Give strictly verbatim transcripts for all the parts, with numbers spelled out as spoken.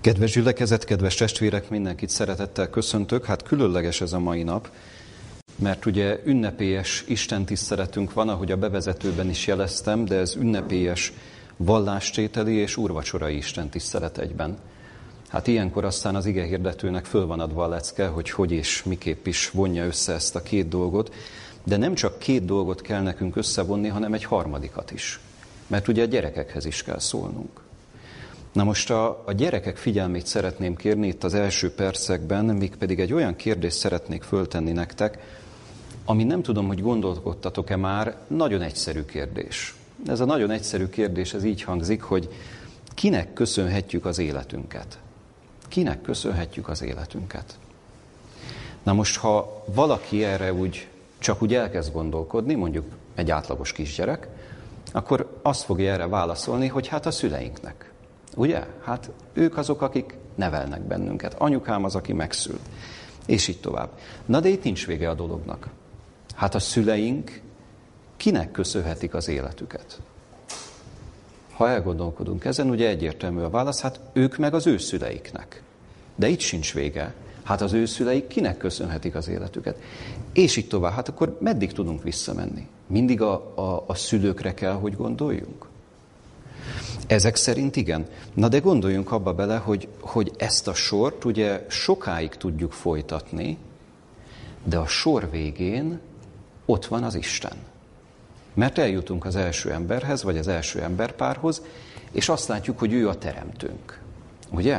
Kedves gyülekezet, kedves testvérek, mindenkit szeretettel köszöntök. Hát különleges ez a mai nap, mert ugye ünnepélyes istentiszteletünk van, ahogy a bevezetőben is jeleztem, de ez ünnepélyes vallástételi és úrvacsorai istentisztelet egyben. Hát ilyenkor aztán az igehirdetőnek föl van adva a lecke, hogy hogy és miképp is vonja össze ezt a két dolgot, de nem csak két dolgot kell nekünk összevonni, hanem egy harmadikat is, mert ugye a gyerekekhez is kell szólnunk. Na most a, a gyerekek figyelmét szeretném kérni itt az első percekben, mégpedig egy olyan kérdést szeretnék föltenni nektek, ami nem tudom, hogy gondolkodtatok-e már, nagyon egyszerű kérdés. Ez a nagyon egyszerű kérdés, ez így hangzik, hogy kinek köszönhetjük az életünket? Kinek köszönhetjük az életünket? Na most, ha valaki erre úgy, csak úgy elkezd gondolkodni, mondjuk egy átlagos kisgyerek, akkor azt fogja erre válaszolni, hogy hát a szüleinknek. Ugye? Hát ők azok, akik nevelnek bennünket. Anyukám az, aki megszült. És így tovább. Na de itt nincs vége a dolognak. Hát a szüleink kinek köszönhetik az életüket? Ha elgondolkodunk ezen, ugye egyértelmű a válasz, hát ők meg az ő szüleiknek. De itt sincs vége. Hát az ő szüleik kinek köszönhetik az életüket? És így tovább. Hát akkor meddig tudunk visszamenni? Mindig a, a, a szülőkre kell, hogy gondoljunk? Ezek szerint igen. Na de gondoljunk abba bele, hogy, hogy ezt a sort ugye sokáig tudjuk folytatni, de a sor végén ott van az Isten. Mert eljutunk az első emberhez, vagy az első emberpárhoz, és azt látjuk, hogy ő a teremtőnk. Ugye?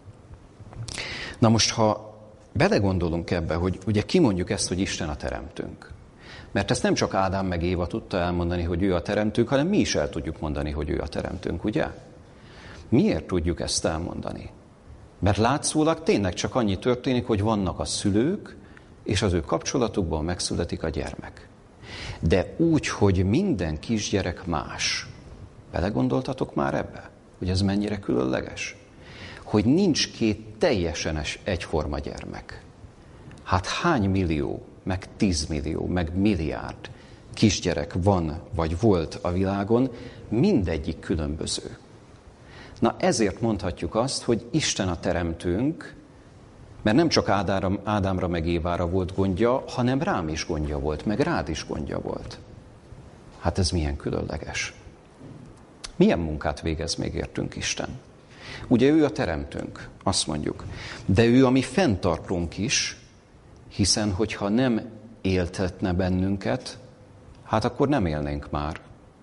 Na most, ha belegondolunk ebbe, hogy ugye kimondjuk ezt, hogy Isten a teremtőnk. Mert ezt nem csak Ádám meg Éva tudta elmondani, hogy ő a teremtőnk, hanem mi is el tudjuk mondani, hogy ő a teremtőnk, ugye? Miért tudjuk ezt elmondani? Mert látszólag tényleg csak annyi történik, hogy vannak a szülők, és az ő kapcsolatukban megszületik a gyermek. De úgy, hogy minden kisgyerek más. Belegondoltatok már ebbe? Hogy ez mennyire különleges? Hogy nincs két teljesen egyforma gyermek. Hát hány millió, meg tízmillió, meg milliárd kisgyerek van, vagy volt a világon, mindegyik különböző. Na ezért mondhatjuk azt, hogy Isten a teremtőnk, mert nem csak Ádámra, Ádámra meg Évára volt gondja, hanem rám is gondja volt, meg rád is gondja volt. Hát ez milyen különleges. Milyen munkát végez még értünk Isten? Ugye ő a teremtőnk, azt mondjuk. De ő a mi fenntartónk is, hiszen hogyha nem éltetne bennünket, hát akkor nem élnénk már.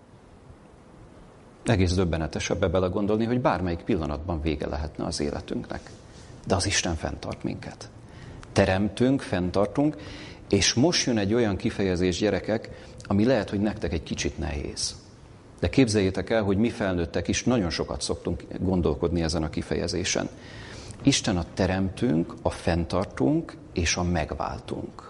Egész döbbenetes ebbe belegondolni, hogy bármelyik pillanatban vége lehetne az életünknek. De az Isten fenntart minket. Teremtünk, fenntartunk, és most jön egy olyan kifejezés, gyerekek, ami lehet, hogy nektek egy kicsit nehéz. De képzeljétek el, hogy mi felnőttek is nagyon sokat szoktunk gondolkodni ezen a kifejezésen. Isten a teremtőnk, a fenntartunk és a megváltunk.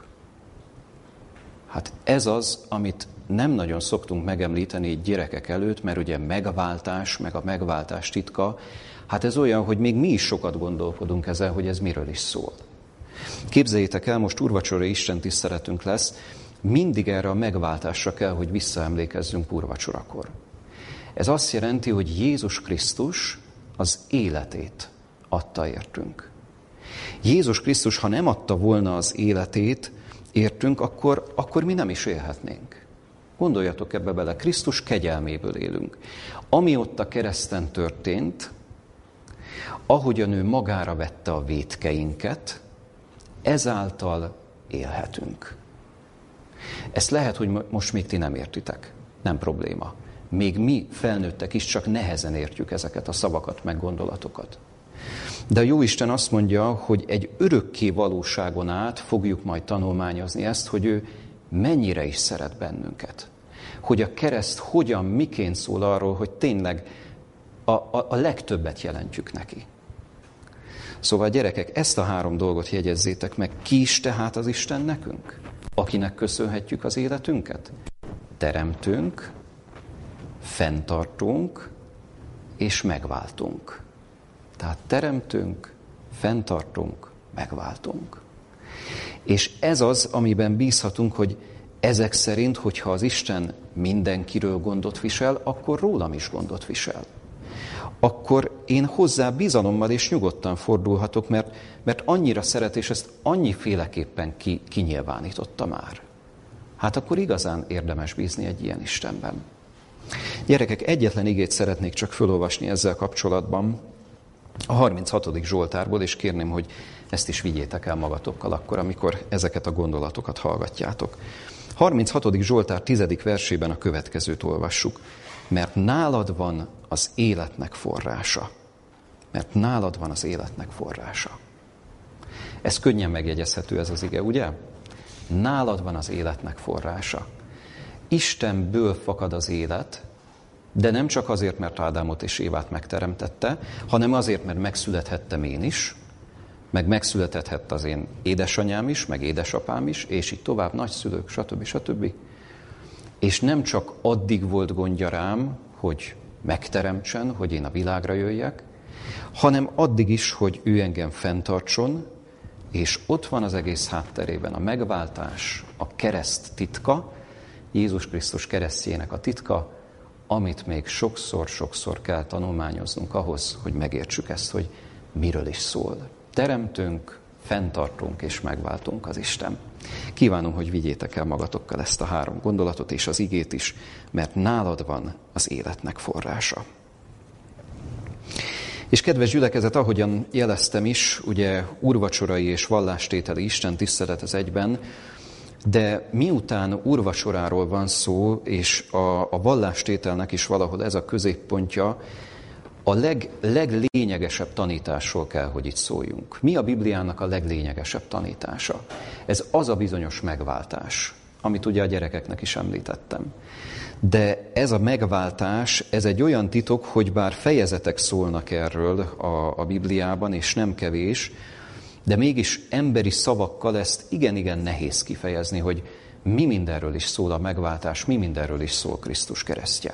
Hát ez az, amit nem nagyon szoktunk megemlíteni gyerekek előtt, mert ugye megváltás, meg a megváltás titka, hát ez olyan, hogy még mi is sokat gondolkodunk ezen, hogy ez miről is szól. Képzeljétek el, most úrvacsorai istentiszteletünk lesz, mindig erre a megváltásra kell, hogy visszaemlékezzünk úrvacsorakor. Ez azt jelenti, hogy Jézus Krisztus az életét adta értünk. Jézus Krisztus, ha nem adta volna az életét értünk, akkor, akkor mi nem is élhetnénk. Gondoljatok ebbe bele, Krisztus kegyelméből élünk. Ami ott a kereszten történt, ahogyan ő magára vette a vétkeinket, ezáltal élhetünk. Ezt lehet, hogy most még ti nem értitek. Nem probléma. Még mi felnőttek is csak nehezen értjük ezeket a szavakat, meg gondolatokat. De a Jóisten azt mondja, hogy egy örökké valóságon át fogjuk majd tanulmányozni ezt, hogy ő mennyire is szeret bennünket. Hogy a kereszt hogyan, miként szól arról, hogy tényleg a, a, a legtöbbet jelentjük neki. Szóval gyerekek, ezt a három dolgot jegyezzétek meg. Ki is tehát az Isten nekünk? Akinek köszönhetjük az életünket? Teremtőnk, fenntartunk és megváltunk. Tehát teremtünk, fenntartunk, megváltunk. És ez az, amiben bízhatunk, hogy ezek szerint, hogyha az Isten mindenkiről gondot visel, akkor rólam is gondot visel. akkor én hozzá bizalommal és nyugodtan fordulhatok, mert, mert annyira szeret, és ezt annyiféleképpen ki, kinyilvánította már. Hát akkor igazán érdemes bízni egy ilyen Istenben. Gyerekek, egyetlen igét szeretnék csak felolvasni ezzel kapcsolatban, a harminchatodik Zsoltárból, és kérném, hogy ezt is vigyétek el magatokkal akkor, amikor ezeket a gondolatokat hallgatjátok. harminchatodik Zsoltár tizedik versében a következőt olvassuk. Mert nálad van az életnek forrása. Mert nálad van az életnek forrása. Ez könnyen megjegyezhető ez az ige, ugye? Nálad van az életnek forrása. Istenből fakad az élet, de nem csak azért, mert Ádámot és Évát megteremtette, hanem azért, mert megszülethettem én is, meg megszületethett az én édesanyám is, meg édesapám is, és így tovább, nagyszülők, stb. stb. És nem csak addig volt gondja rám, hogy megteremtsen, hogy én a világra jöjjek, hanem addig is, hogy ő engem fenntartson, és ott van az egész hátterében a megváltás, a kereszt titka, Jézus Krisztus keresztjének a titka, amit még sokszor-sokszor kell tanulmányoznunk ahhoz, hogy megértsük ezt, hogy miről is szól. Teremtünk, fenntartunk és megváltunk az Isten. Kívánom, hogy vigyétek el magatokkal ezt a három gondolatot és az igét is, mert nálad van az életnek forrása. És kedves gyülekezet, ahogyan jeleztem is, ugye úrvacsorai és vallástételi Isten tisztelet az egyben, de miután úrvacsoráról van szó, és a, a vallástételnek is valahol ez a középpontja, a leg, leglényegesebb tanításról kell, hogy itt szóljunk. Mi a Bibliának a leglényegesebb tanítása? Ez az a bizonyos megváltás, amit ugye a gyerekeknek is említettem. De ez a megváltás, ez egy olyan titok, hogy bár fejezetek szólnak erről a, a Bibliában, és nem kevés, de mégis emberi szavakkal ezt igen-igen nehéz kifejezni, hogy mi mindenről is szól a megváltás, mi mindenről is szól Krisztus keresztje.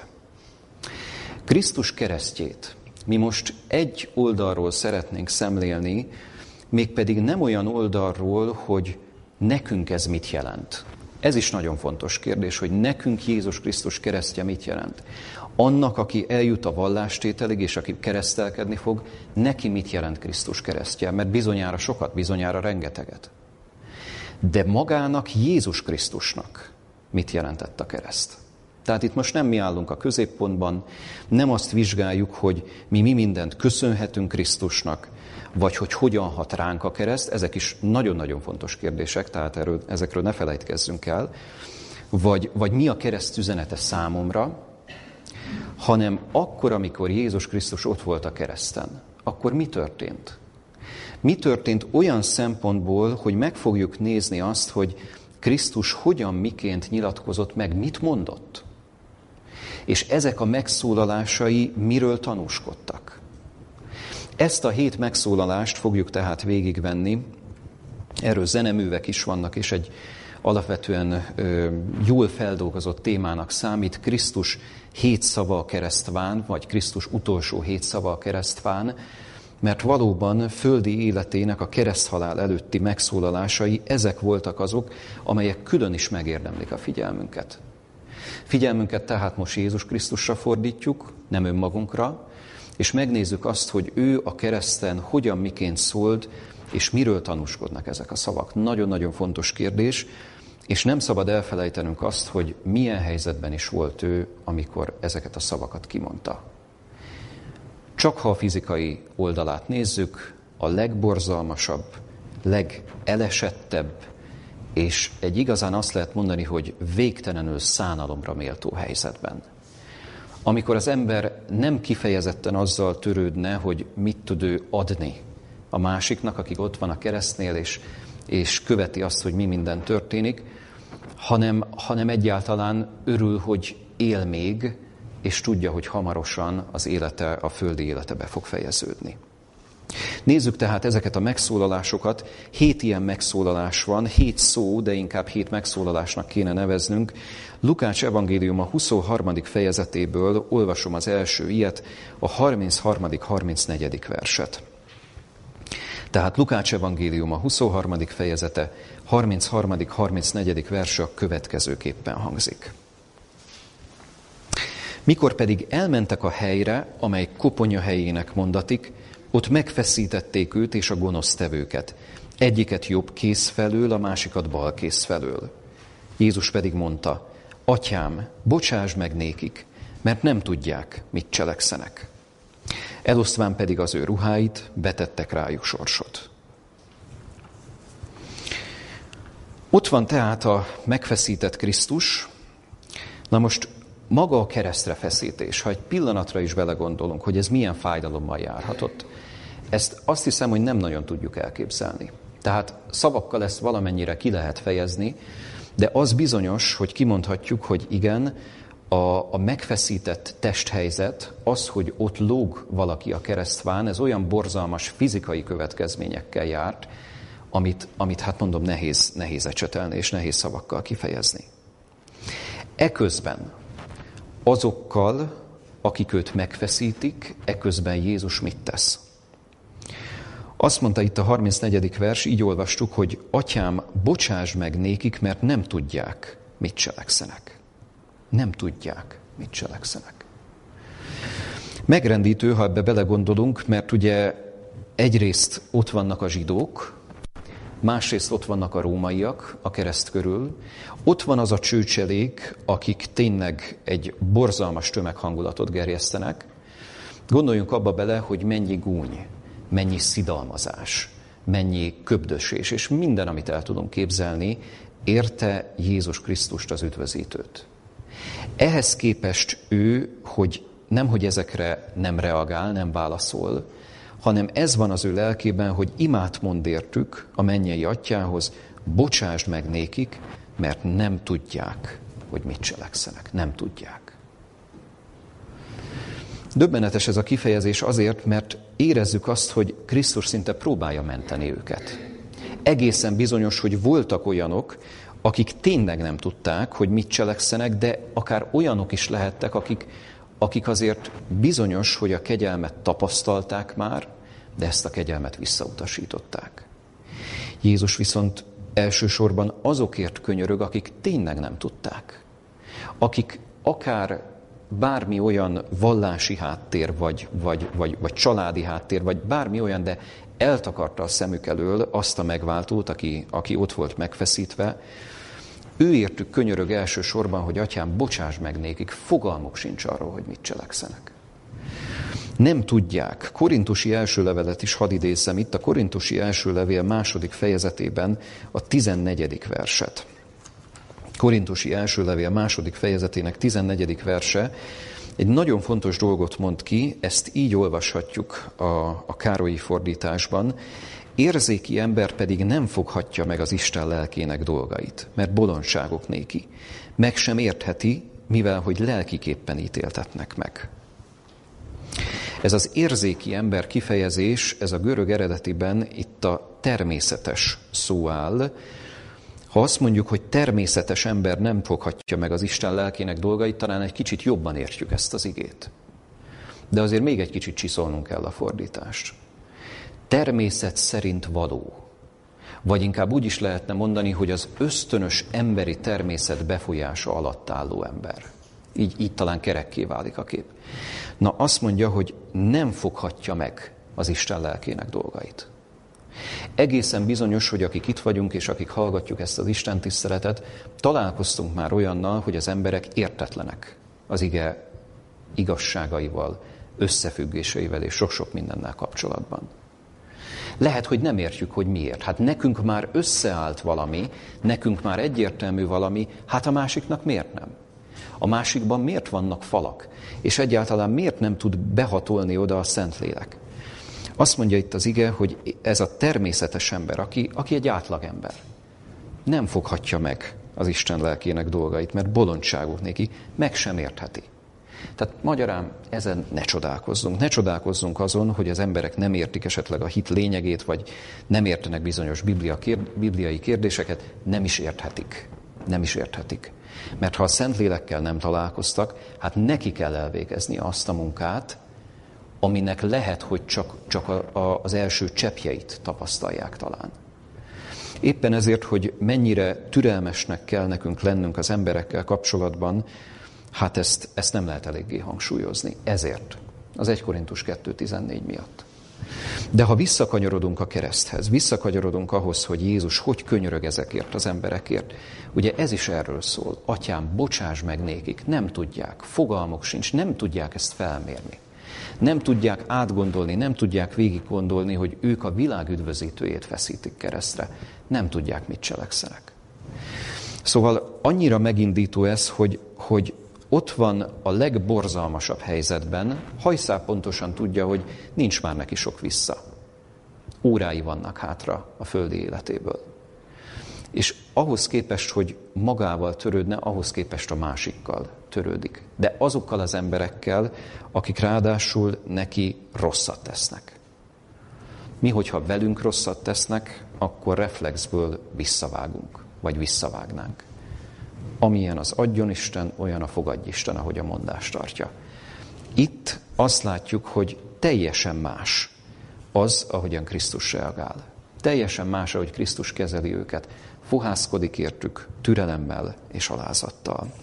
Krisztus keresztjét mi most egy oldalról szeretnénk szemlélni, mégpedig nem olyan oldalról, hogy nekünk ez mit jelent. Ez is nagyon fontos kérdés, hogy nekünk Jézus Krisztus keresztje mit jelent. Annak, aki eljut a vallástételig, és aki keresztelkedni fog, neki mit jelent Krisztus keresztje? Mert bizonyára sokat, bizonyára rengeteget. De magának, Jézus Krisztusnak mit jelentett a kereszt? Tehát itt most nem mi állunk a középpontban, nem azt vizsgáljuk, hogy mi mi mindent köszönhetünk Krisztusnak, vagy hogy hogyan hat ránk a kereszt, ezek is nagyon-nagyon fontos kérdések, tehát erről, ezekről ne felejtkezzünk el, vagy, vagy mi a kereszt üzenete számomra, hanem akkor, amikor Jézus Krisztus ott volt a kereszten, akkor mi történt? Mi történt olyan szempontból, hogy meg fogjuk nézni azt, hogy Krisztus hogyan, miként nyilatkozott meg, mit mondott? És ezek a megszólalásai miről tanúskodtak? Ezt a hét megszólalást fogjuk tehát végigvenni, erről zeneművek is vannak, és egy alapvetően ö, jól feldolgozott témának számít Krisztus hét szava a keresztván, vagy Krisztus utolsó hét szava a keresztván, mert valóban földi életének a kereszthalál előtti megszólalásai, ezek voltak azok, amelyek külön is megérdemlik a figyelmünket. Figyelmünket tehát most Jézus Krisztusra fordítjuk, nem önmagunkra, és megnézzük azt, hogy ő a kereszten hogyan, miként szólt, és miről tanúskodnak ezek a szavak. Nagyon-nagyon fontos kérdés, és nem szabad elfelejtenünk azt, hogy milyen helyzetben is volt ő, amikor ezeket a szavakat kimondta. Csak ha a fizikai oldalát nézzük, a legborzalmasabb, legelesettebb, és egy igazán azt lehet mondani, hogy végtelenül szánalomra méltó helyzetben. Amikor az ember nem kifejezetten azzal törődne, hogy mit tud ő adni a másiknak, akik ott van a keresztnél, és, és követi azt, hogy mi minden történik, hanem, hanem egyáltalán örül, hogy él még, és tudja, hogy hamarosan az élete, a földi élete be fog fejeződni. Nézzük tehát ezeket a megszólalásokat. Hét ilyen megszólalás van, hét szó, de inkább hét megszólalásnak kéne neveznünk. Lukács evangéliuma huszonharmadik fejezetéből olvasom az első ilyet, a harmincharmadik harmincnegyedik verset. Tehát Lukács evangéliuma huszonharmadik fejezete, harmincharmadik harmincnegyedik verse a következőképpen hangzik. Mikor pedig elmentek a helyre, amely koponya helyének mondatik, ott megfeszítették őt és a gonosztevőket. Egyiket jobb kéz felől, a másikat bal kéz felől. Jézus pedig mondta, Atyám, bocsáss meg nékik, mert nem tudják, mit cselekszenek. Elosztván pedig az ő ruháit, betettek rájuk sorsot. Ott van tehát a megfeszített Krisztus. Na most maga a keresztre feszítés, ha egy pillanatra is belegondolunk, hogy ez milyen fájdalommal járhatott, ezt azt hiszem, hogy nem nagyon tudjuk elképzelni. Tehát szavakkal ezt valamennyire ki lehet fejezni, de az bizonyos, hogy kimondhatjuk, hogy igen, a, a megfeszített testhelyzet, az, hogy ott lóg valaki a keresztván, ez olyan borzalmas fizikai következményekkel járt, amit, amit hát mondom, nehéz, nehéz ecsetelni és nehéz szavakkal kifejezni. Eközben azokkal, akik őt megfeszítik, eközben Jézus mit tesz? Azt mondta itt a harmincnegyedik vers, így olvastuk, hogy Atyám, bocsáss meg nékik, mert nem tudják, mit cselekszenek. Nem tudják, mit cselekszenek. Megrendítő, ha ebbe belegondolunk, mert ugye egyrészt ott vannak a zsidók, másrészt ott vannak a rómaiak a kereszt körül, ott van az a csőcselék, akik tényleg egy borzalmas tömeghangulatot gerjesztenek. Gondoljunk abba bele, hogy mennyi gúny, mennyi szidalmazás, mennyi köbdösés, és minden, amit el tudunk képzelni, érte Jézus Krisztust, az üdvözítőt. Ehhez képest ő, hogy nem, hogy ezekre nem reagál, nem válaszol, hanem ez van az ő lelkében, hogy imát mond értük a mennyei atyához, bocsásd meg nékik, mert nem tudják, hogy mit cselekszenek. Nem tudják. Döbbenetes ez a kifejezés azért, mert érezzük azt, hogy Krisztus szinte próbálja menteni őket. Egészen bizonyos, hogy voltak olyanok, akik tényleg nem tudták, hogy mit cselekszenek, de akár olyanok is lehettek, akik, akik azért bizonyos, hogy a kegyelmet tapasztalták már, de ezt a kegyelmet visszautasították. Jézus viszont elsősorban azokért könyörög, akik tényleg nem tudták. Akik akár bármi olyan vallási háttér, vagy, vagy, vagy, vagy családi háttér, vagy bármi olyan, de eltakarta a szemük elől azt a megváltót, aki, aki ott volt megfeszítve. Ő értük könyörög elsősorban, hogy Atyám, bocsáss meg nékik, fogalmuk sincs arról, hogy mit cselekszenek. Nem tudják. Korintusi első levelet is hadd idézzem itt, a Korintusi első levél második fejezetében a tizennegyedik verset. Korintusi első levél második fejezetének tizennegyedik verse egy nagyon fontos dolgot mond ki, ezt így olvashatjuk a, a Károlyi fordításban. Érzéki ember pedig nem foghatja meg az Isten lelkének dolgait, mert bolondságok néki. Meg sem értheti, mivel hogy lelkiképpen ítéltetnek meg. Ez az érzéki ember kifejezés, ez a görög eredetiben itt a természetes szó áll. Ha azt mondjuk, hogy természetes ember nem foghatja meg az Isten lelkének dolgait, talán egy kicsit jobban értjük ezt az igét. De azért még egy kicsit csiszolnunk kell a fordítást. Természet szerint való. Vagy inkább úgy is lehetne mondani, hogy az ösztönös emberi természet befolyása alatt álló ember. Így, így talán kerekké válik a kép. Na azt mondja, hogy nem foghatja meg az Isten lelkének dolgait. Egészen bizonyos, hogy akik itt vagyunk, és akik hallgatjuk ezt az Isten tiszteletet, találkoztunk már olyannal, hogy az emberek értetlenek az ige igazságaival, összefüggéseivel és sok-sok mindennel kapcsolatban. Lehet, hogy nem értjük, hogy miért. Hát nekünk már összeállt valami, nekünk már egyértelmű valami, hát a másiknak miért nem? A másikban miért vannak falak? És egyáltalán miért nem tud behatolni oda a Szentlélek? Azt mondja itt az ige, hogy ez a természetes ember, aki, aki egy átlagember, nem foghatja meg az Isten lelkének dolgait, mert bolondságuk neki, meg sem értheti. Tehát magyarán ezen ne csodálkozzunk. Ne csodálkozzunk azon, hogy az emberek nem értik esetleg a hit lényegét, vagy nem értenek bizonyos biblia kérd, bibliai kérdéseket, nem is érthetik. Nem is érthetik. Mert ha a Szentlélekkel nem találkoztak, hát neki kell elvégezni azt a munkát, aminek lehet, hogy csak, csak a, a, az első cseppjeit tapasztalják talán. Éppen ezért, hogy mennyire türelmesnek kell nekünk lennünk az emberekkel kapcsolatban, Hát ezt, ezt nem lehet eléggé hangsúlyozni. Ezért. Az egy Korintus kettő tizennégy miatt. De ha visszakanyarodunk a kereszthez, visszakanyarodunk ahhoz, hogy Jézus hogy könyörög ezekért az emberekért, ugye ez is erről szól. Atyám, bocsáss meg nékik, nem tudják, fogalmuk sincs, nem tudják ezt felmérni. Nem tudják átgondolni, nem tudják végig gondolni, hogy ők a világ üdvözítőjét feszítik keresztre. Nem tudják, mit cselekszenek. Szóval annyira megindító ez, hogy, hogy ott van a legborzalmasabb helyzetben, hajszál pontosan tudja, hogy nincs már neki sok vissza. Órái vannak hátra a földi életéből. És ahhoz képest, hogy magával törődne, ahhoz képest a másikkal törődik. De azokkal az emberekkel, akik ráadásul neki rosszat tesznek. Mi, hogyha velünk rosszat tesznek, akkor reflexből visszavágunk, vagy visszavágnánk. Amilyen az adjon Isten, olyan a fogadj Isten, ahogy a mondás tartja. Itt azt látjuk, hogy teljesen más az, ahogyan Krisztus reagál. Teljesen más, ahogy Krisztus kezeli őket. Fohászkodik értük türelemmel és alázattal.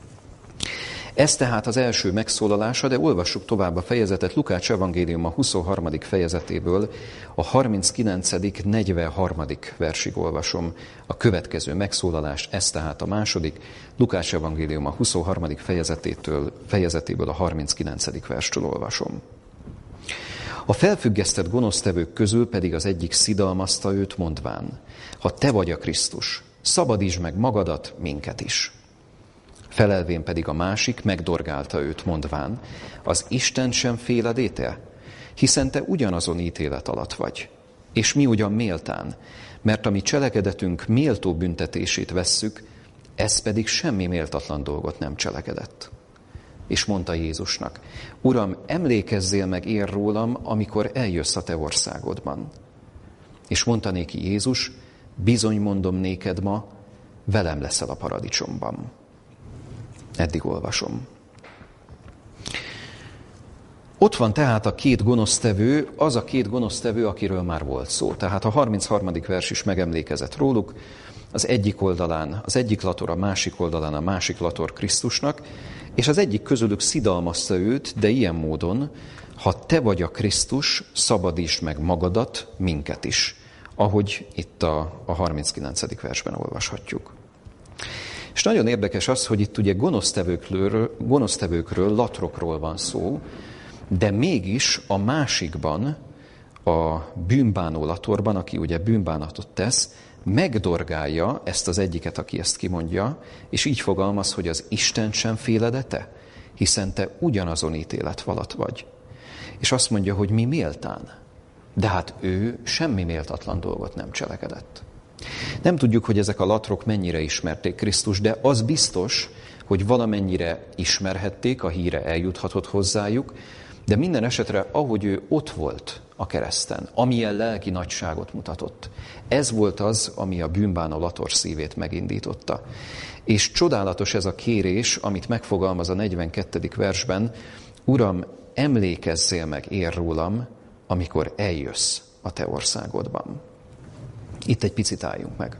Ez tehát az első megszólalása, de olvassuk tovább a fejezetet. Lukács evangéliuma huszonharmadik fejezetéből a harminckilencedik negyvenharmadik versig olvasom a következő megszólalást, ez tehát a második. Lukács evangéliuma huszonharmadik fejezetétől, fejezetéből a harminckilencedik verstől olvasom. A felfüggesztett gonosztevők közül pedig az egyik szidalmazta őt, mondván: ha te vagy a Krisztus, szabadítsd meg magadat, minket is. Felelvén pedig a másik megdorgálta őt, mondván: az Isten sem féledéte? Hiszen te ugyanazon ítélet alatt vagy. És mi ugyan méltán, mert a mi cselekedetünk méltó büntetését vesszük, ez pedig semmi méltatlan dolgot nem cselekedett. És mondta Jézusnak: Uram, emlékezzél meg ér rólam, amikor eljössz a te országodban. És mondta néki Jézus: bizony mondom néked ma, velem leszel a paradicsomban. Eddig olvasom. Ott van tehát a két gonosztevő, az a két gonosztevő, akiről már volt szó. Tehát a harmincharmadik vers is megemlékezett róluk. Az egyik oldalán, az egyik lator, a másik oldalán a másik lator Krisztusnak, és az egyik közülük szidalmazta őt, de ilyen módon: ha te vagy a Krisztus, szabadítsd meg magadat, minket is. Ahogy itt a, a harminckilencedik versben olvashatjuk. És nagyon érdekes az, hogy itt ugye gonosztevőkről, gonosztevőkről, latrokról van szó, de mégis a másikban, a bűnbánó latorban, aki ugye bűnbánatot tesz, megdorgálja ezt az egyiket, aki ezt kimondja, és így fogalmaz, hogy az Isten sem féled te, hiszen te ugyanazon ítélet alatt vagy. És azt mondja, hogy mi méltán, de hát ő semmi méltatlan dolgot nem cselekedett. Nem tudjuk, hogy ezek a latrok mennyire ismerték Krisztus, de az biztos, hogy valamennyire ismerhették, a híre eljuthatott hozzájuk, de minden esetre, ahogy ő ott volt a kereszten, amilyen lelki nagyságot mutatott, ez volt az, ami a bűnbánó lator szívét megindította. És csodálatos ez a kérés, amit megfogalmaz a negyvenkettedik versben: Uram, emlékezzél meg ér rólam, amikor eljössz a te országodban. Itt egy picit álljunk meg.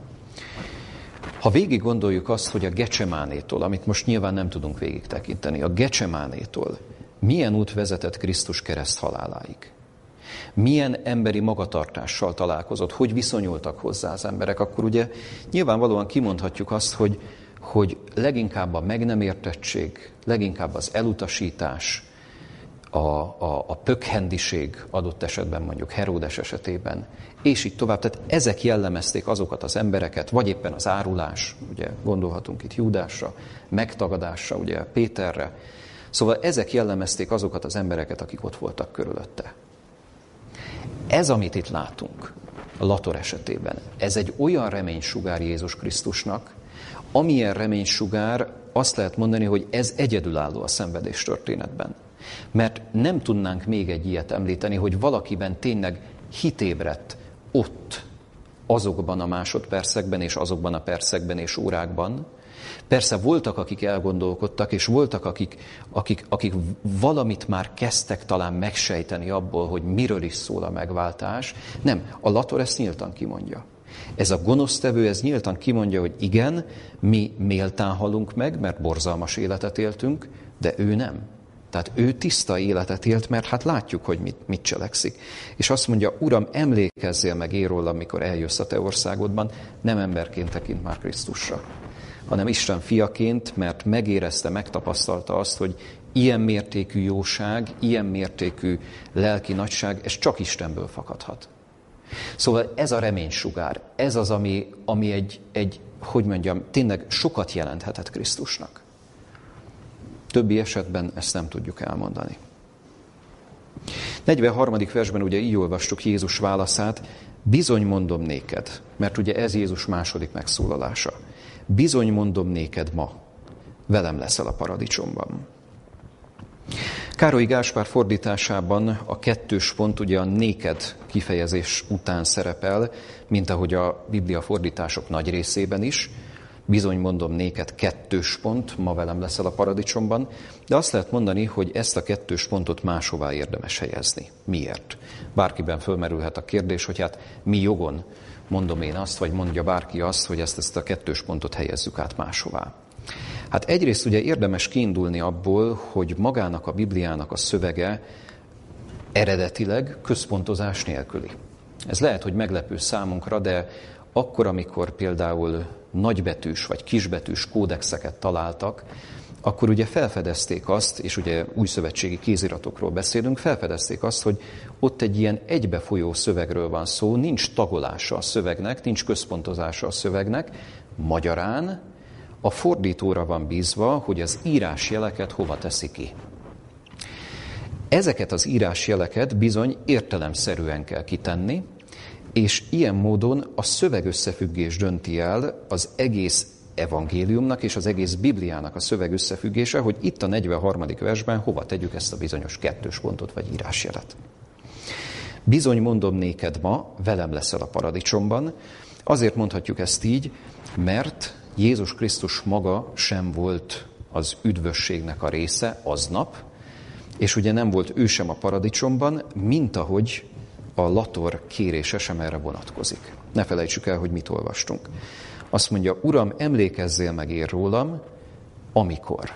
Ha végig gondoljuk azt, hogy a Gecsemánétól, amit most nyilván nem tudunk végig tekinteni, a Gecsemánétól milyen út vezetett Krisztus kereszt haláláig? Milyen emberi magatartással találkozott? Hogy viszonyultak hozzá az emberek? Akkor ugye nyilvánvalóan kimondhatjuk azt, hogy, hogy leginkább a meg nem értettség, leginkább az elutasítás, a, a, a pökhendiség adott esetben, mondjuk Heródes esetében, és így tovább. Tehát ezek jellemezték azokat az embereket, vagy éppen az árulás, ugye gondolhatunk itt Júdásra, megtagadásra, ugye Péterre. Szóval ezek jellemezték azokat az embereket, akik ott voltak körülötte. Ez, amit itt látunk a lator esetében, ez egy olyan reménysugár Jézus Krisztusnak, amilyen reménysugár, azt lehet mondani, hogy ez egyedülálló a szenvedés történetben. Mert nem tudnánk még egy ilyet említeni, hogy valakiben tényleg hit ébredt ott, azokban a másodpercekben, és azokban a percekben és órákban. Persze voltak, akik elgondolkodtak, és voltak, akik, akik, akik valamit már kezdtek talán megsejteni abból, hogy miről is szól a megváltás. Nem, a lator ezt nyíltan kimondja. Ez a gonosztevő, ez nyíltan kimondja, hogy igen, mi méltán halunk meg, mert borzalmas életet éltünk, de ő nem. Tehát ő tiszta életet élt, mert hát látjuk, hogy mit, mit cselekszik. És azt mondja, Uram, emlékezzél meg én rólam, amikor eljössz a te országodban, nem emberként tekint már Krisztusra, hanem Isten fiaként, mert megérezte, megtapasztalta azt, hogy ilyen mértékű jóság, ilyen mértékű lelki nagyság, ez csak Istenből fakadhat. Szóval ez a reménysugár, ez az, ami, ami egy, egy, hogy mondjam, tényleg sokat jelenthetett Krisztusnak. Többi esetben ezt nem tudjuk elmondani. negyvenharmadik versben ugye így olvastuk Jézus válaszát, bizony mondom néked, mert ugye ez Jézus második megszólalása. Bizony mondom néked ma, velem leszel a paradicsomban. Károly Gáspár fordításában a kettős pont ugye a néked kifejezés után szerepel, mint ahogy a Biblia fordítások nagy részében is. Bizony mondom néked kettős pont, ma velem leszel a paradicsomban, de azt lehet mondani, hogy ezt a kettős pontot máshová érdemes helyezni. Miért? Bárkiben fölmerülhet a kérdés, hogy hát mi jogon mondom én azt, vagy mondja bárki azt, hogy ezt, ezt a kettős pontot helyezzük át máshová. Hát egyrészt ugye érdemes kiindulni abból, hogy magának a Bibliának a szövege eredetileg központozás nélküli. Ez lehet, hogy meglepő számunkra, de akkor, amikor például nagybetűs vagy kisbetűs kódexeket találtak, akkor ugye felfedezték azt, és ugye újszövetségi kéziratokról beszélünk, felfedezték azt, hogy ott egy ilyen egybefolyó szövegről van szó, nincs tagolása a szövegnek, nincs központozása a szövegnek, magyarán a fordítóra van bízva, hogy az írásjeleket hova teszi ki. Ezeket az írásjeleket bizony értelemszerűen kell kitenni, és ilyen módon a szövegösszefüggés dönti el az egész evangéliumnak és az egész Bibliának a szövegösszefüggése, hogy itt a negyvenharmadik versben hova tegyük ezt a bizonyos kettős pontot vagy írásjelet. Bizony mondom néked ma, velem leszel a paradicsomban. Azért mondhatjuk ezt így, mert Jézus Krisztus maga sem volt az üdvösségnek a része aznap, és ugye nem volt ő sem a paradicsomban, mint ahogy a lator kérése sem erre vonatkozik. Ne felejtsük el, hogy mit olvastunk. Azt mondja, Uram, emlékezzél meg én rólam, amikor.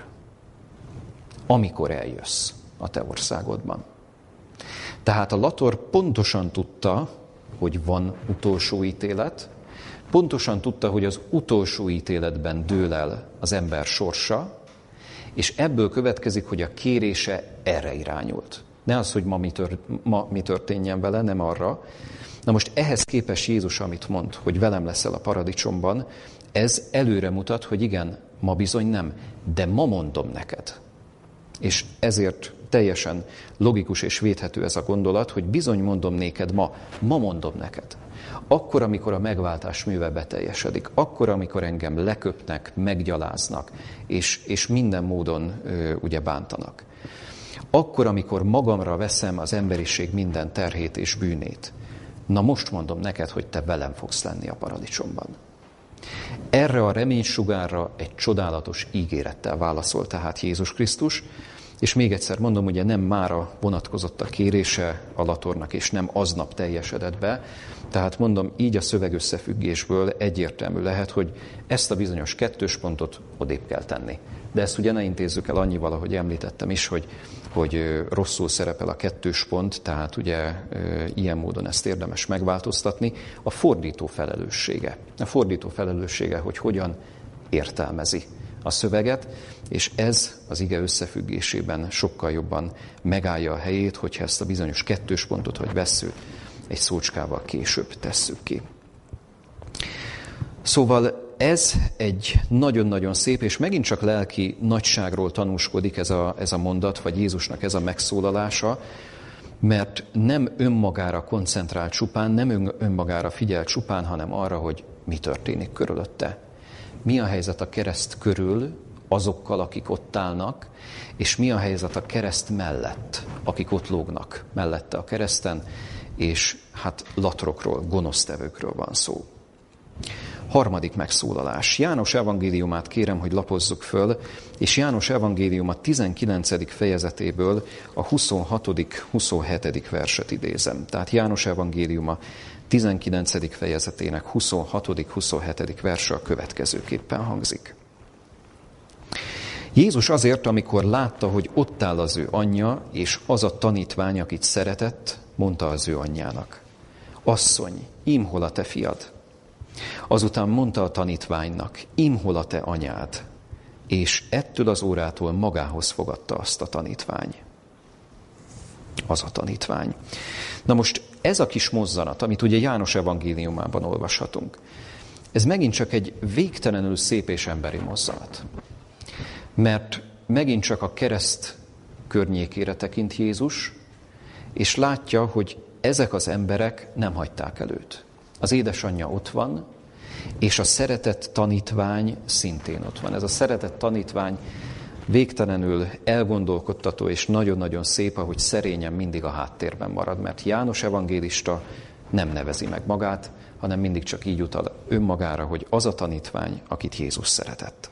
Amikor eljössz a te országodban. Tehát a lator pontosan tudta, hogy van utolsó ítélet, pontosan tudta, hogy az utolsó ítéletben dől el az ember sorsa, és ebből következik, hogy a kérése erre irányult. Ne az, hogy ma mi, tör, ma mi történjen vele, nem arra. Na most ehhez képest Jézus, amit mond, hogy velem leszel a paradicsomban, ez előre mutat, hogy igen, ma bizony nem, de ma mondom neked. És ezért teljesen logikus és védhető ez a gondolat, hogy bizony mondom néked ma, ma mondom neked. Akkor, amikor a megváltás műve beteljesedik, akkor, amikor engem leköpnek, meggyaláznak, és, és minden módon ö, ugye bántanak. Akkor, amikor magamra veszem az emberiség minden terhét és bűnét. Na most mondom neked, hogy te velem fogsz lenni a paradicsomban. Erre a reménysugárra egy csodálatos ígérettel válaszol tehát Jézus Krisztus, és még egyszer mondom, ugye nem mára vonatkozott a kérése a latornak, és nem aznap teljesedett be, tehát mondom, így a szövegösszefüggésből egyértelmű lehet, hogy ezt a bizonyos kettős pontot odébb kell tenni. De ezt ugye ne intézzük el annyival, ahogy említettem is, hogy, hogy rosszul szerepel a kettős pont, tehát ugye ilyen módon ezt érdemes megváltoztatni. A fordító felelőssége. A fordító felelőssége, hogy hogyan értelmezi a szöveget, és ez az ige összefüggésében sokkal jobban megállja a helyét, hogyha ezt a bizonyos kettős pontot, vagy vesszőt egy szócskával később tesszük ki. Szóval ez egy nagyon-nagyon szép, és megint csak lelki nagyságról tanúskodik ez a, ez a mondat, vagy Jézusnak ez a megszólalása, mert nem önmagára koncentrál csupán, nem önmagára figyel csupán, hanem arra, hogy mi történik körülötte. Mi a helyzet a kereszt körül azokkal, akik ott állnak, és mi a helyzet a kereszt mellett, akik ott lógnak mellette a kereszten, és hát latrokról, gonosztevőkről van szó. Harmadik megszólalás. János evangéliumát kérem, hogy lapozzuk föl, és János evangéliuma tizenkilencedik fejezetéből a huszonhatodik huszonhetedik verset idézem. Tehát János evangéliuma tizenkilencedik fejezetének huszonhatodik huszonhetedik verse a következőképpen hangzik. Jézus azért, amikor látta, hogy ott áll az ő anyja, és az a tanítvány, akit szeretett, mondta az ő anyjának: Asszony, ím hol a te fiad? Azután mondta a tanítványnak: ím hol a te anyád? És ettől az órától magához fogadta azt a tanítvány. Az a tanítvány. Na most ez a kis mozzanat, amit ugye János evangéliumában olvashatunk, ez megint csak egy végtelenül szép és emberi mozzanat. Mert megint csak a kereszt környékére tekint Jézus, és látja, hogy ezek az emberek nem hagyták el őt. Az édesanyja ott van, és a szeretett tanítvány szintén ott van. Ez a szeretett tanítvány végtelenül elgondolkodtató és nagyon-nagyon szép, ahogy szerényen mindig a háttérben marad, mert János evangélista nem nevezi meg magát, hanem mindig csak így utal önmagára, hogy az a tanítvány, akit Jézus szeretett.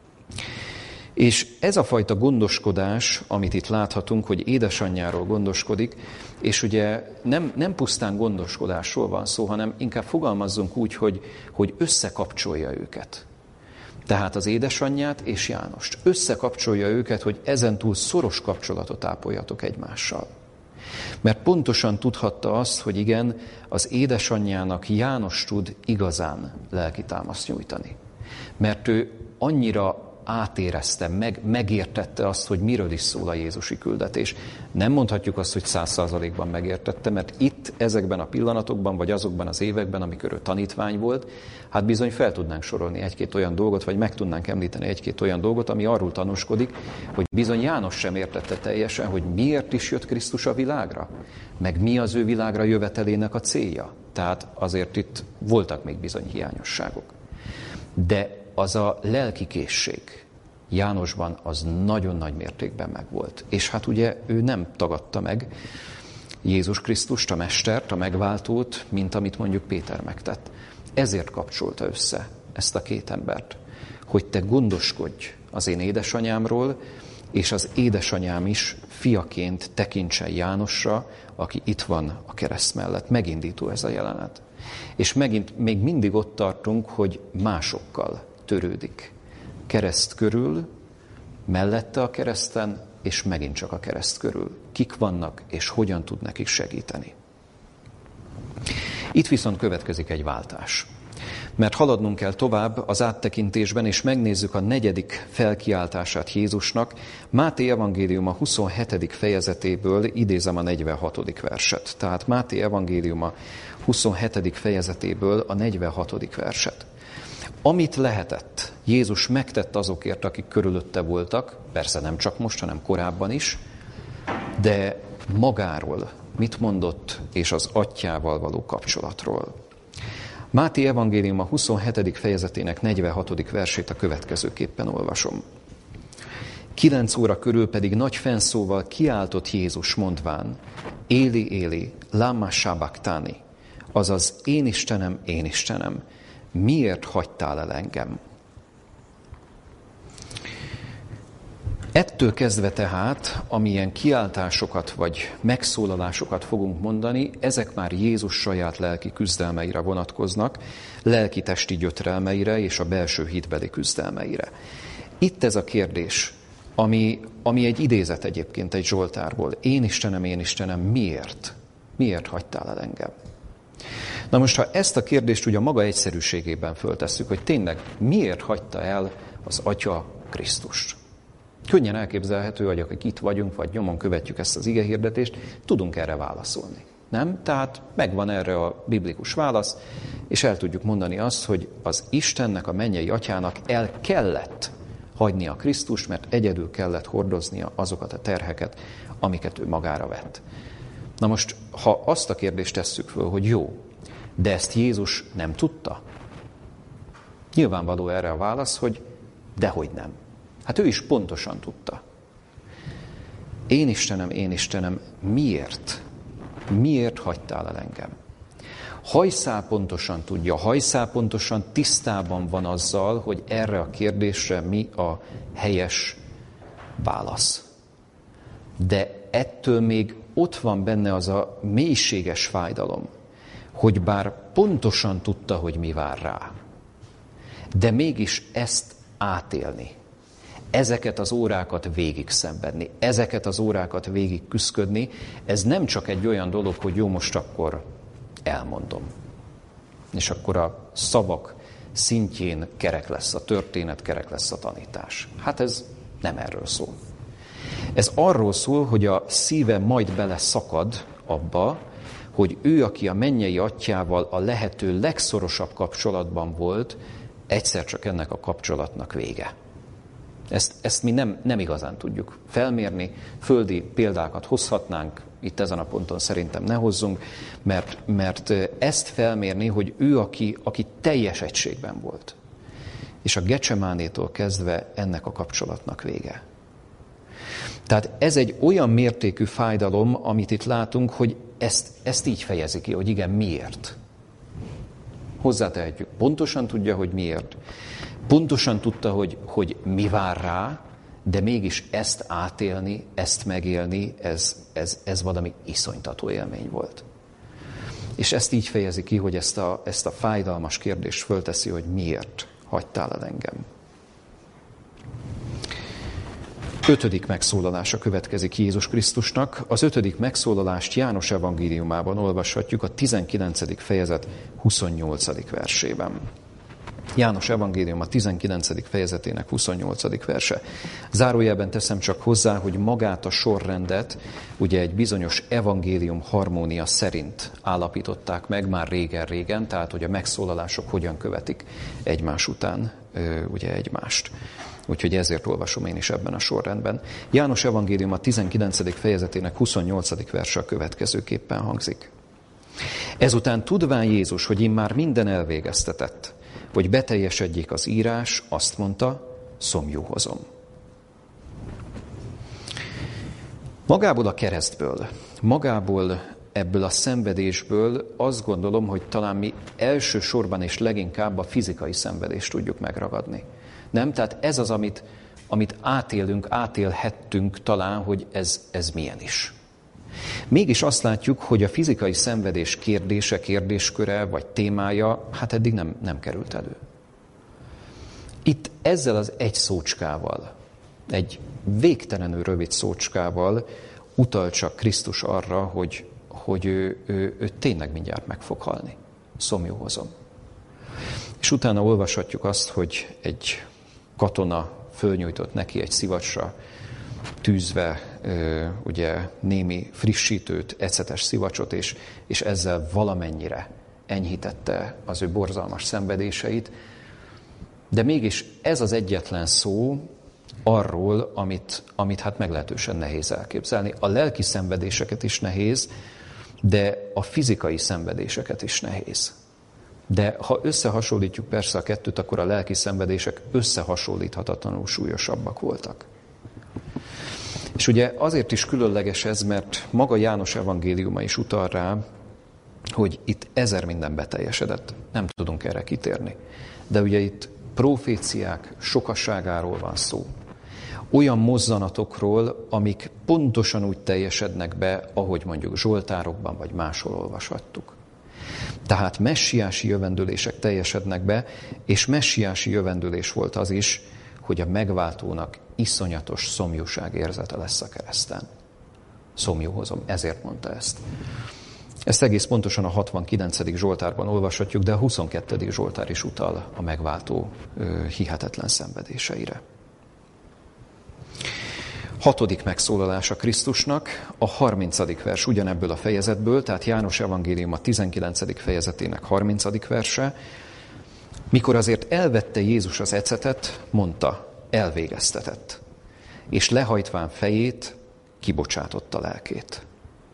És ez a fajta gondoskodás, amit itt láthatunk, hogy édesanyjáról gondoskodik, és ugye nem, nem pusztán gondoskodásról van szó, hanem inkább fogalmazzunk úgy, hogy, hogy összekapcsolja őket. Tehát az édesanyját és Jánost. Összekapcsolja őket, hogy ezentúl szoros kapcsolatot ápoljatok egymással. Mert pontosan tudhatta azt, hogy igen, az édesanyjának János tud igazán lelki támaszt nyújtani. Mert ő annyira átérezte, meg, megértette azt, hogy miről is szól a jézusi küldetés. Nem mondhatjuk azt, hogy száz százalékban megértette, mert itt, ezekben a pillanatokban, vagy azokban az években, amikor ő tanítvány volt, hát bizony fel tudnánk sorolni egy-két olyan dolgot, vagy meg tudnánk említeni egy-két olyan dolgot, ami arról tanúskodik, hogy bizony János sem értette teljesen, hogy miért is jött Krisztus a világra, meg mi az ő világra jövetelének a célja. Tehát azért itt voltak még bizony hiányosságok. De az a lelki készség Jánosban az nagyon nagy mértékben megvolt. És hát ugye ő nem tagadta meg Jézus Krisztust, a mestert, a megváltót, mint amit mondjuk Péter megtett. Ezért kapcsolta össze ezt a két embert, hogy te gondoskodj az én édesanyámról, és az édesanyám is fiaként tekintsen Jánosra, aki itt van a kereszt mellett. Megindító ez a jelenet. És megint még mindig ott tartunk, hogy másokkal törődik. Kereszt körül, mellette a kereszten, és megint csak a kereszt körül. Kik vannak, és hogyan tud nekik segíteni. Itt viszont következik egy váltás. Mert haladnunk kell tovább az áttekintésben, és megnézzük a negyedik felkiáltását Jézusnak. Máté evangéliuma huszonhetedik fejezetéből idézem a negyvenhatodik verset. Tehát Máté evangéliuma huszonhetedik fejezetéből a negyvenhatodik verset. Amit lehetett, Jézus megtett azokért, akik körülötte voltak, persze nem csak most, hanem korábban is, de magáról mit mondott, és az atyával való kapcsolatról. Máté evangéliuma huszonhetedik fejezetének negyvenhatodik versét a következőképpen olvasom. Kilenc óra körül pedig nagy fennszóval kiáltott Jézus mondván: Éli, Éli, lama sabachthani, azaz én Istenem, én Istenem, miért hagytál el engem? Ettől kezdve tehát, amilyen kiáltásokat vagy megszólalásokat fogunk mondani, ezek már Jézus saját lelki küzdelmeire vonatkoznak, lelki-testi gyötrelmeire és a belső hitbeli küzdelmeire. Itt ez a kérdés, ami, ami egy idézet egyébként egy Zsoltárból. Én Istenem, én Istenem, miért? Miért hagytál el engem? Na most, ha ezt a kérdést ugye a maga egyszerűségében föltesszük, hogy tényleg miért hagyta el az Atya Krisztust? Könnyen elképzelhető, hogy akik itt vagyunk, vagy nyomon követjük ezt az igehirdetést, tudunk erre válaszolni. Nem? Tehát megvan erre a biblikus válasz, és el tudjuk mondani azt, hogy az Istennek, a mennyei Atyának el kellett hagyni a Krisztust, mert egyedül kellett hordoznia azokat a terheket, amiket ő magára vett. Na most, ha azt a kérdést tesszük föl, hogy jó, de ezt Jézus nem tudta? Nyilvánvaló erre a válasz, hogy dehogy nem. Hát ő is pontosan tudta. Én Istenem, én Istenem, miért? Miért hagytál el engem? Hajszál pontosan tudja, hajszál pontosan tisztában van azzal, hogy erre a kérdésre mi a helyes válasz. De ettől még ott van benne az a mélységes fájdalom, hogy bár pontosan tudta, hogy mi vár rá, de mégis ezt átélni, ezeket az órákat végig szenvedni, ezeket az órákat végig küszködni, ez nem csak egy olyan dolog, hogy jó, most akkor elmondom. És akkor a szavak szintjén kerek lesz a történet, kerek lesz a tanítás. Hát ez nem erről szól. Ez arról szól, hogy a szíve majd bele szakad abba, hogy ő, aki a mennyei atyával a lehető legszorosabb kapcsolatban volt, egyszer csak ennek a kapcsolatnak vége. Ezt, ezt mi nem, nem igazán tudjuk felmérni, földi példákat hozhatnánk, itt ezen a ponton szerintem ne hozzunk, mert, mert ezt felmérni, hogy ő, aki, aki teljes egységben volt, és a Gecsemánétól kezdve ennek a kapcsolatnak vége. Tehát ez egy olyan mértékű fájdalom, amit itt látunk, hogy ezt, ezt így fejezi ki, hogy igen, miért. Hozzátehetjük, pontosan tudja, hogy miért. Pontosan tudta, hogy, hogy mi vár rá, de mégis ezt átélni, ezt megélni, ez, ez, ez valami iszonytató élmény volt. És ezt így fejezi ki, hogy ezt a, ezt a fájdalmas kérdést fölteszi, hogy miért hagytál el engem. Ötödik megszólalása következik Jézus Krisztusnak. Az ötödik megszólalást János evangéliumában olvashatjuk a tizenkilencedik fejezet huszonnyolcadik versében. János evangélium a tizenkilencedik fejezetének huszonnyolcadik verse. Zárójelben teszem csak hozzá, hogy magát a sorrendet ugye egy bizonyos evangélium harmónia szerint állapították meg már régen-régen, tehát hogy a megszólalások hogyan követik egymás után ugye egymást. Úgyhogy ezért olvasom én is ebben a sorrendben. János evangélium a tizenkilencedik fejezetének huszonnyolcadik verse a következőképpen hangzik. Ezután tudván Jézus, hogy immár minden elvégeztetett, hogy beteljesedjék az írás, azt mondta, szomjú hozom. Magából a keresztből, magából ebből a szenvedésből azt gondolom, hogy talán mi elsősorban és leginkább a fizikai szenvedést tudjuk megragadni. Nem? Tehát ez az, amit, amit átélünk, átélhettünk talán, hogy ez, ez milyen is. Mégis azt látjuk, hogy a fizikai szenvedés kérdése, kérdésköre vagy témája, hát eddig nem, nem került elő. Itt ezzel az egy szócskával, egy végtelenül rövid szócskával utal csak Krisztus arra, hogy, hogy ő, ő, ő tényleg mindjárt meg fog halni. Szomjú hozom. És utána olvashatjuk azt, hogy egy katona fölnyújtott neki egy szivacsra, tűzve ugye némi frissítőt, ecetes szivacsot, és, és ezzel valamennyire enyhítette az ő borzalmas szenvedéseit. De mégis ez az egyetlen szó arról, amit, amit hát meglehetősen nehéz elképzelni. A lelki szenvedéseket is nehéz, de a fizikai szenvedéseket is nehéz. De ha összehasonlítjuk persze a kettőt, akkor a lelki szenvedések összehasonlíthatatlanul súlyosabbak voltak. És ugye azért is különleges ez, mert maga János evangéliuma is utal rá, hogy itt ezer minden beteljesedett. Nem tudunk erre kitérni. De ugye itt proféciák sokasságáról van szó. Olyan mozzanatokról, amik pontosan úgy teljesednek be, ahogy mondjuk zsoltárokban vagy máshol olvashattuk. Tehát messiási jövendőlések teljesednek be, és messiási jövendőlés volt az is, hogy a megváltónak iszonyatos szomjúság érzete lesz a kereszten. Szomjú hozom, ezért mondta ezt. Ezt egész pontosan a hatvankilencedik zsoltárban olvashatjuk, de a huszonkettedik zsoltár is utal a megváltó ö, hihetetlen szenvedéseire. Hatodik megszólalása Krisztusnak, a harmincadik vers ugyanebből a fejezetből, tehát János evangélium a tizenkilencedik fejezetének harmincadik verse. Mikor azért elvette Jézus az ecetet, mondta, elvégeztetett, és lehajtván fejét, kibocsátotta lelkét.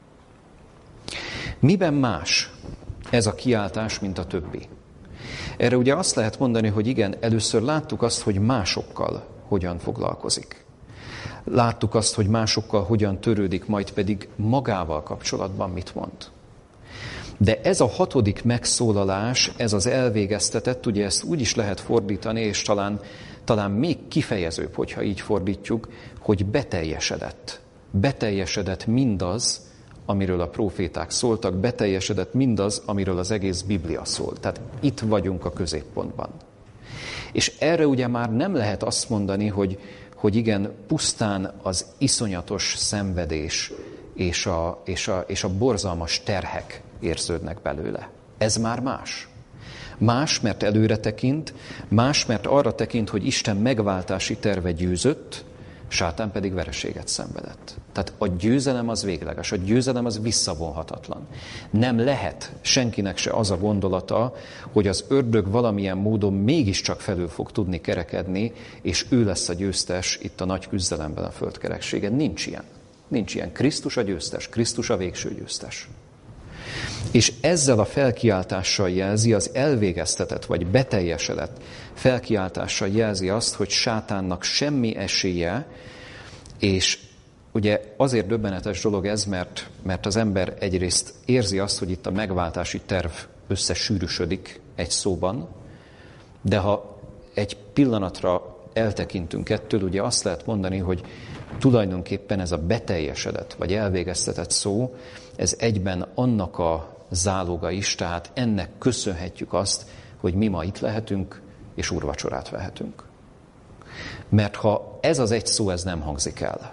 Miben más ez a kiáltás, mint a többi? Erre ugye azt lehet mondani, hogy igen, először láttuk azt, hogy másokkal hogyan foglalkozik. Láttuk azt, hogy másokkal hogyan törődik, majd pedig magával kapcsolatban mit mond. De ez a hatodik megszólalás, ez az elvégeztetett, ugye ezt úgy is lehet fordítani, és talán, talán még kifejezőbb, hogyha így fordítjuk, hogy beteljesedett. Beteljesedett mindaz, amiről a próféták szóltak, beteljesedett mindaz, amiről az egész Biblia szól. Tehát itt vagyunk a középpontban. És erre ugye már nem lehet azt mondani, hogy, hogy igen, pusztán az iszonyatos szenvedés és a, és, a, és a borzalmas terhek érződnek belőle. Ez már más. Más, mert előre tekint, más, mert arra tekint, hogy Isten megváltási terve győzött, sátán pedig vereséget szenvedett. Tehát a győzelem az végleges, a győzelem az visszavonhatatlan. Nem lehet senkinek se az a gondolata, hogy az ördög valamilyen módon mégiscsak felül fog tudni kerekedni, és ő lesz a győztes itt a nagy küzdelemben a földkerekségen. Nincs ilyen. Nincs ilyen. Krisztus a győztes, Krisztus a végső győztes. És ezzel a felkiáltással jelzi, az elvégeztetett vagy beteljesedett felkiáltással jelzi azt, hogy sátánnak semmi esélye, és ugye azért döbbenetes dolog ez, mert, mert az ember egyrészt érzi azt, hogy itt a megváltási terv összesűrűsödik egy szóban, de ha egy pillanatra eltekintünk ettől, ugye azt lehet mondani, hogy tulajdonképpen ez a beteljesedett vagy elvégeztetett szó, ez egyben annak a záloga is, tehát ennek köszönhetjük azt, hogy mi ma itt lehetünk, és úrvacsorát vehetünk. Mert ha ez az egy szó, ez nem hangzik el,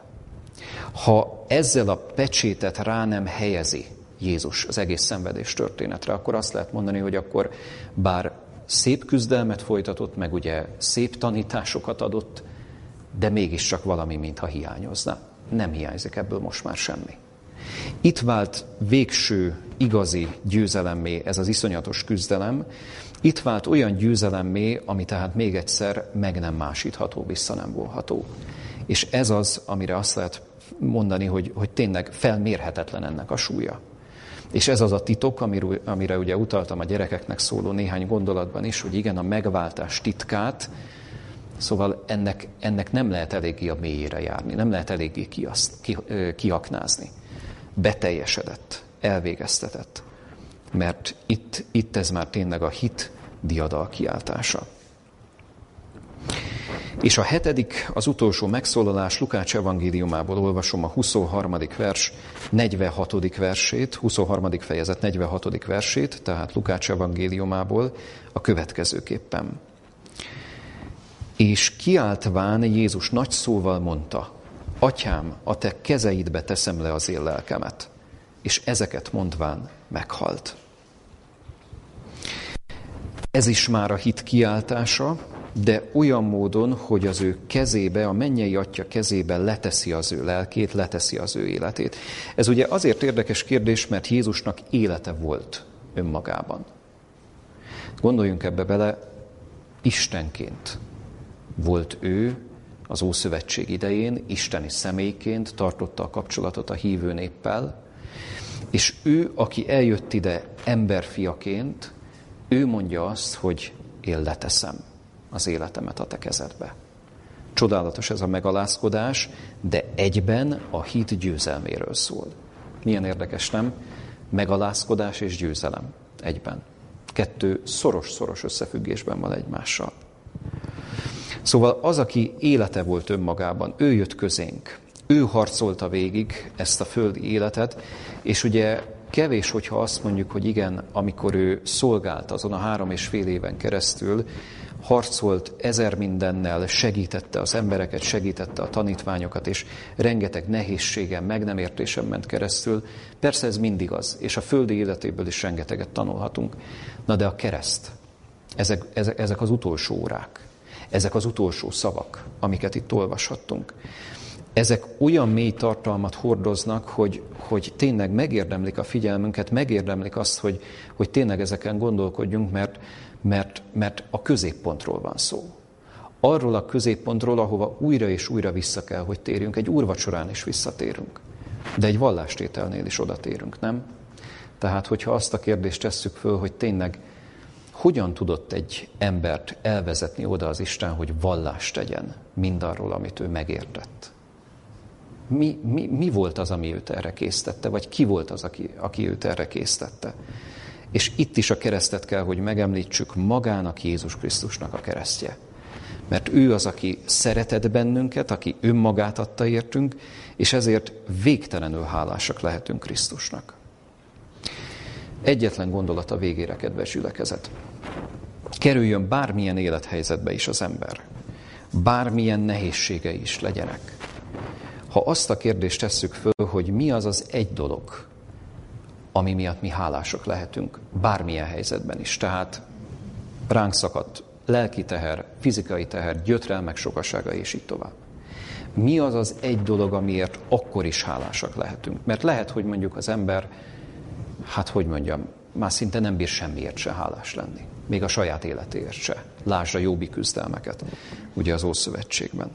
ha ezzel a pecsétet rá nem helyezi Jézus az egész szenvedés történetre, akkor azt lehet mondani, hogy akkor bár szép küzdelmet folytatott, meg ugye szép tanításokat adott, de mégiscsak valami, mintha hiányozna. Nem hiányzik ebből most már semmi. Itt vált végső, igazi győzelemmé ez az iszonyatos küzdelem, itt vált olyan győzelemmé, ami tehát még egyszer meg nem másítható, vissza nem volható. És ez az, amire azt lehet mondani, hogy, hogy tényleg felmérhetetlen ennek a súlya. És ez az a titok, amire, amire ugye utaltam a gyerekeknek szóló néhány gondolatban is, hogy igen, a megváltás titkát, szóval ennek, ennek nem lehet eléggé a mélyére járni, nem lehet eléggé kiaszt, ki, kiaknázni. Beteljesedett, elvégeztetett. Mert itt, itt ez már tényleg a hit diadal kiáltása. És a hetedik, az utolsó megszólalás Lukács evangéliumából olvasom a huszonharmadik vers negyvenhatodik versét, huszonharmadik fejezet negyvenhatodik versét, tehát Lukács evangéliumából a következőképpen. És kiáltván Jézus nagy szóval mondta, Atyám, a te kezeidbe teszem le az én lelkemet. És ezeket mondván meghalt. Ez is már a hit kiáltása, de olyan módon, hogy az ő kezébe, a mennyei Atya kezébe leteszi az ő lelkét, leteszi az ő életét. Ez ugye azért érdekes kérdés, mert Jézusnak élete volt önmagában. Gondoljunk ebbe bele, Istenként volt ő az Ószövetség idején, isteni személyként tartotta a kapcsolatot a hívő néppel, és ő, aki eljött ide emberfiaként, ő mondja azt, hogy én leteszem az életemet a te kezedbe. Csodálatos ez a megalázkodás, de egyben a hit győzelméről szól. Milyen érdekes, nem? Megalázkodás és győzelem egyben. Kettő szoros-szoros összefüggésben van egymással. Szóval az, aki élete volt önmagában, ő jött közénk. Ő harcolta végig ezt a földi életet, és ugye kevés, hogyha azt mondjuk, hogy igen, amikor ő szolgált azon a három és fél éven keresztül, harcolt ezer mindennel, segítette az embereket, segítette a tanítványokat, és rengeteg nehézségen, meg nem értésen ment keresztül. Persze ez mindig az, és a földi életéből is rengeteget tanulhatunk. Na de a kereszt, ezek, ezek, ezek az utolsó órák, ezek az utolsó szavak, amiket itt olvashattunk. Ezek olyan mély tartalmat hordoznak, hogy, hogy tényleg megérdemlik a figyelmünket, megérdemlik azt, hogy, hogy tényleg ezeken gondolkodjunk, mert, mert, mert a középpontról van szó. Arról a középpontról, ahova újra és újra vissza kell, hogy térjünk. Egy úrvacsorán is visszatérünk, de egy vallástételnél is oda térünk, nem? Tehát, hogyha azt a kérdést tesszük föl, hogy tényleg hogyan tudott egy embert elvezetni oda az Isten, hogy vallást tegyen mindarról, amit ő megértett? Mi, mi, mi volt az, ami őt erre késztette, vagy ki volt az, aki, aki őt erre késztette? És itt is a keresztet kell, hogy megemlítsük, magának Jézus Krisztusnak a keresztje. Mert ő az, aki szeretett bennünket, aki önmagát adta értünk, és ezért végtelenül hálásak lehetünk Krisztusnak. Egyetlen gondolat a végére, kedves gyülekezet. Kerüljön bármilyen élethelyzetbe is az ember, bármilyen nehézségei is legyenek. Ha azt a kérdést tesszük föl, hogy mi az az egy dolog, ami miatt mi hálások lehetünk, bármilyen helyzetben is. Tehát ránk szakadt lelki teher, fizikai teher, gyötrelmek sokasága, és így tovább. Mi az az egy dolog, amiért akkor is hálásak lehetünk? Mert lehet, hogy mondjuk az ember, hát hogy mondjam, már szinte nem bír semmiért se hálás lenni. Még a saját életéért se. Lásd a Jóbi küzdelmeket, ugye az Ószövetségben.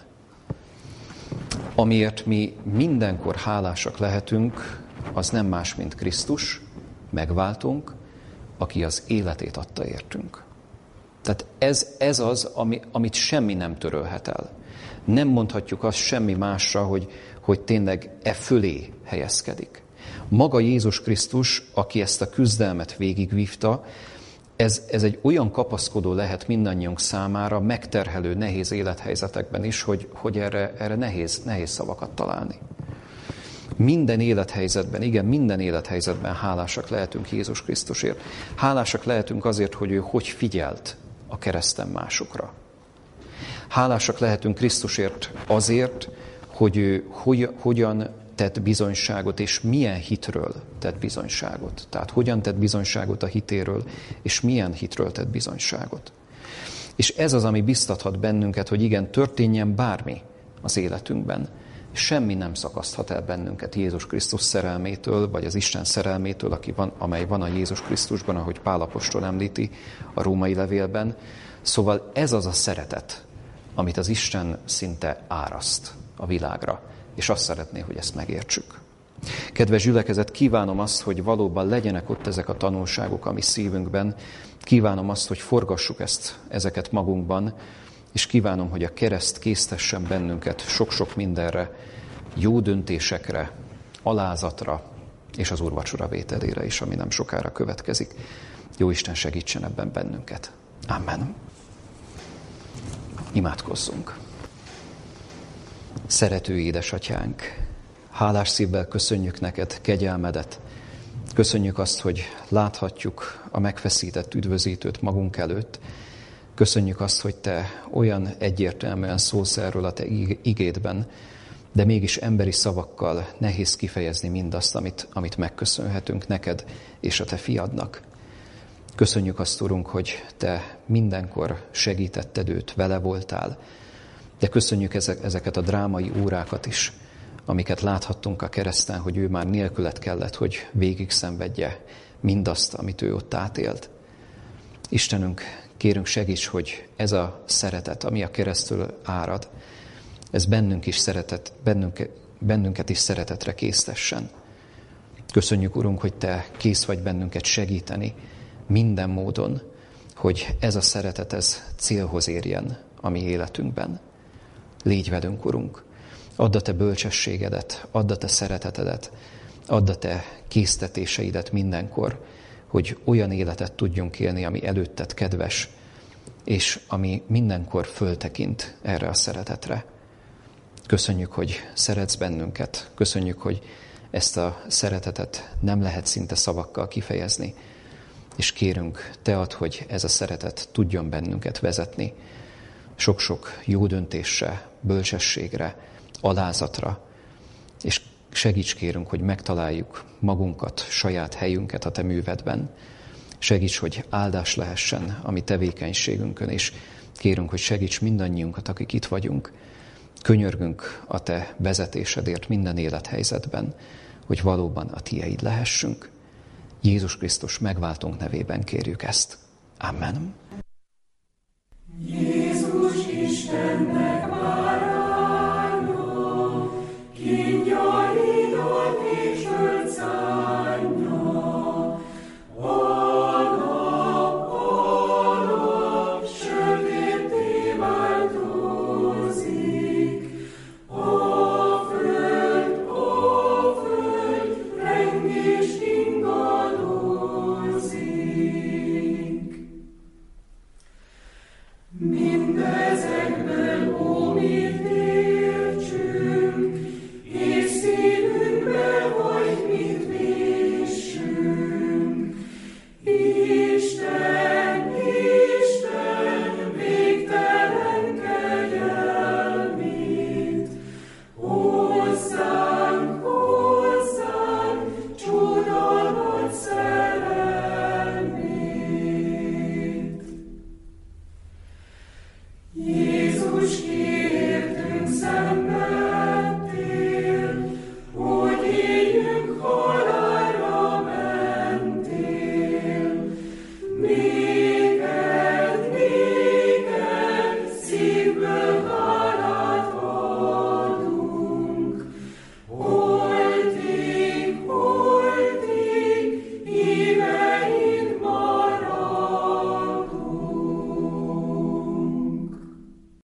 Amiért mi mindenkor hálásak lehetünk, az nem más, mint Krisztus, megváltunk, aki az életét adta értünk. Tehát ez, ez az, ami, amit semmi nem törölhet el. Nem mondhatjuk azt semmi másra, hogy, hogy tényleg e fölé helyezkedik. Maga Jézus Krisztus, aki ezt a küzdelmet végigvívta, ez, ez egy olyan kapaszkodó lehet mindannyiunk számára, megterhelő, nehéz élethelyzetekben is, hogy, hogy erre, erre nehéz, nehéz szavakat találni. Minden élethelyzetben, igen, minden élethelyzetben hálásak lehetünk Jézus Krisztusért. Hálásak lehetünk azért, hogy ő hogy figyelt a kereszten másokra. Hálásak lehetünk Krisztusért azért, hogy ő hogy, hogyan tett bizonyságot, és milyen hitről tett bizonyságot. Tehát hogyan tett bizonyságot a hitéről, és milyen hitről tett bizonyságot. És ez az, ami biztathat bennünket, hogy igen, történjen bármi az életünkben. Semmi nem szakaszthat el bennünket Jézus Krisztus szerelmétől, vagy az Isten szerelmétől, aki van, amely van a Jézus Krisztusban, ahogy Pál apostol említi a római levélben. Szóval ez az a szeretet, amit az Isten szinte áraszt a világra, és azt szeretné, hogy ezt megértsük. Kedves gyülekezet, kívánom azt, hogy valóban legyenek ott ezek a tanulságok a mi szívünkben, kívánom azt, hogy forgassuk ezt, ezeket magunkban, és kívánom, hogy a kereszt késztessen bennünket sok-sok mindenre, jó döntésekre, alázatra, és az úrvacsora vételére is, ami nem sokára következik. Jó Isten segítsen ebben bennünket. Amen. Imádkozzunk. Szerető édesatyánk, hálás szívvel köszönjük neked kegyelmedet. Köszönjük azt, hogy láthatjuk a megfeszített üdvözítőt magunk előtt. Köszönjük azt, hogy te olyan egyértelműen szólsz erről a te igédben, de mégis emberi szavakkal nehéz kifejezni mindazt, amit, amit megköszönhetünk neked és a te fiadnak. Köszönjük azt, Urunk, hogy te mindenkor segítetted őt, vele voltál, de köszönjük ezeket a drámai órákat is, amiket láthattunk a kereszten, hogy ő már nélküled kellett, hogy végig szenvedje mindazt, amit ő ott átélt. Istenünk, kérünk, segíts, hogy ez a szeretet, ami a keresztül árad, ez bennünk is szeretet, bennünk, bennünket is szeretetre késztessen. Köszönjük, Urunk, hogy te kész vagy bennünket segíteni minden módon, hogy ez a szeretet, ez célhoz érjen a mi életünkben. Légy velünk, Urunk, add a te bölcsességedet, add a te szeretetedet, add a te késztetéseidet mindenkor, hogy olyan életet tudjunk élni, ami előtted kedves, és ami mindenkor föltekint erre a szeretetre. Köszönjük, hogy szeretsz bennünket, köszönjük, hogy ezt a szeretetet nem lehet szinte szavakkal kifejezni, és kérünk, te add, hogy ez a szeretet tudjon bennünket vezetni sok-sok jó döntésre, bölcsességre, alázatra, és segíts, kérünk, hogy megtaláljuk magunkat, saját helyünket a te művedben. Segíts, hogy áldás lehessen a mi tevékenységünkön, és kérünk, hogy segíts mindannyiunkat, akik itt vagyunk. Könyörgünk a te vezetésedért minden élethelyzetben, hogy valóban a tieid lehessünk. Jézus Krisztus megváltunk nevében kérjük ezt. Amen. Jézus Istennek báránya, kínjaidon és földszárnya, alap, alap, sötétté változik, a föld, a föld, rengés ingadozik. Minden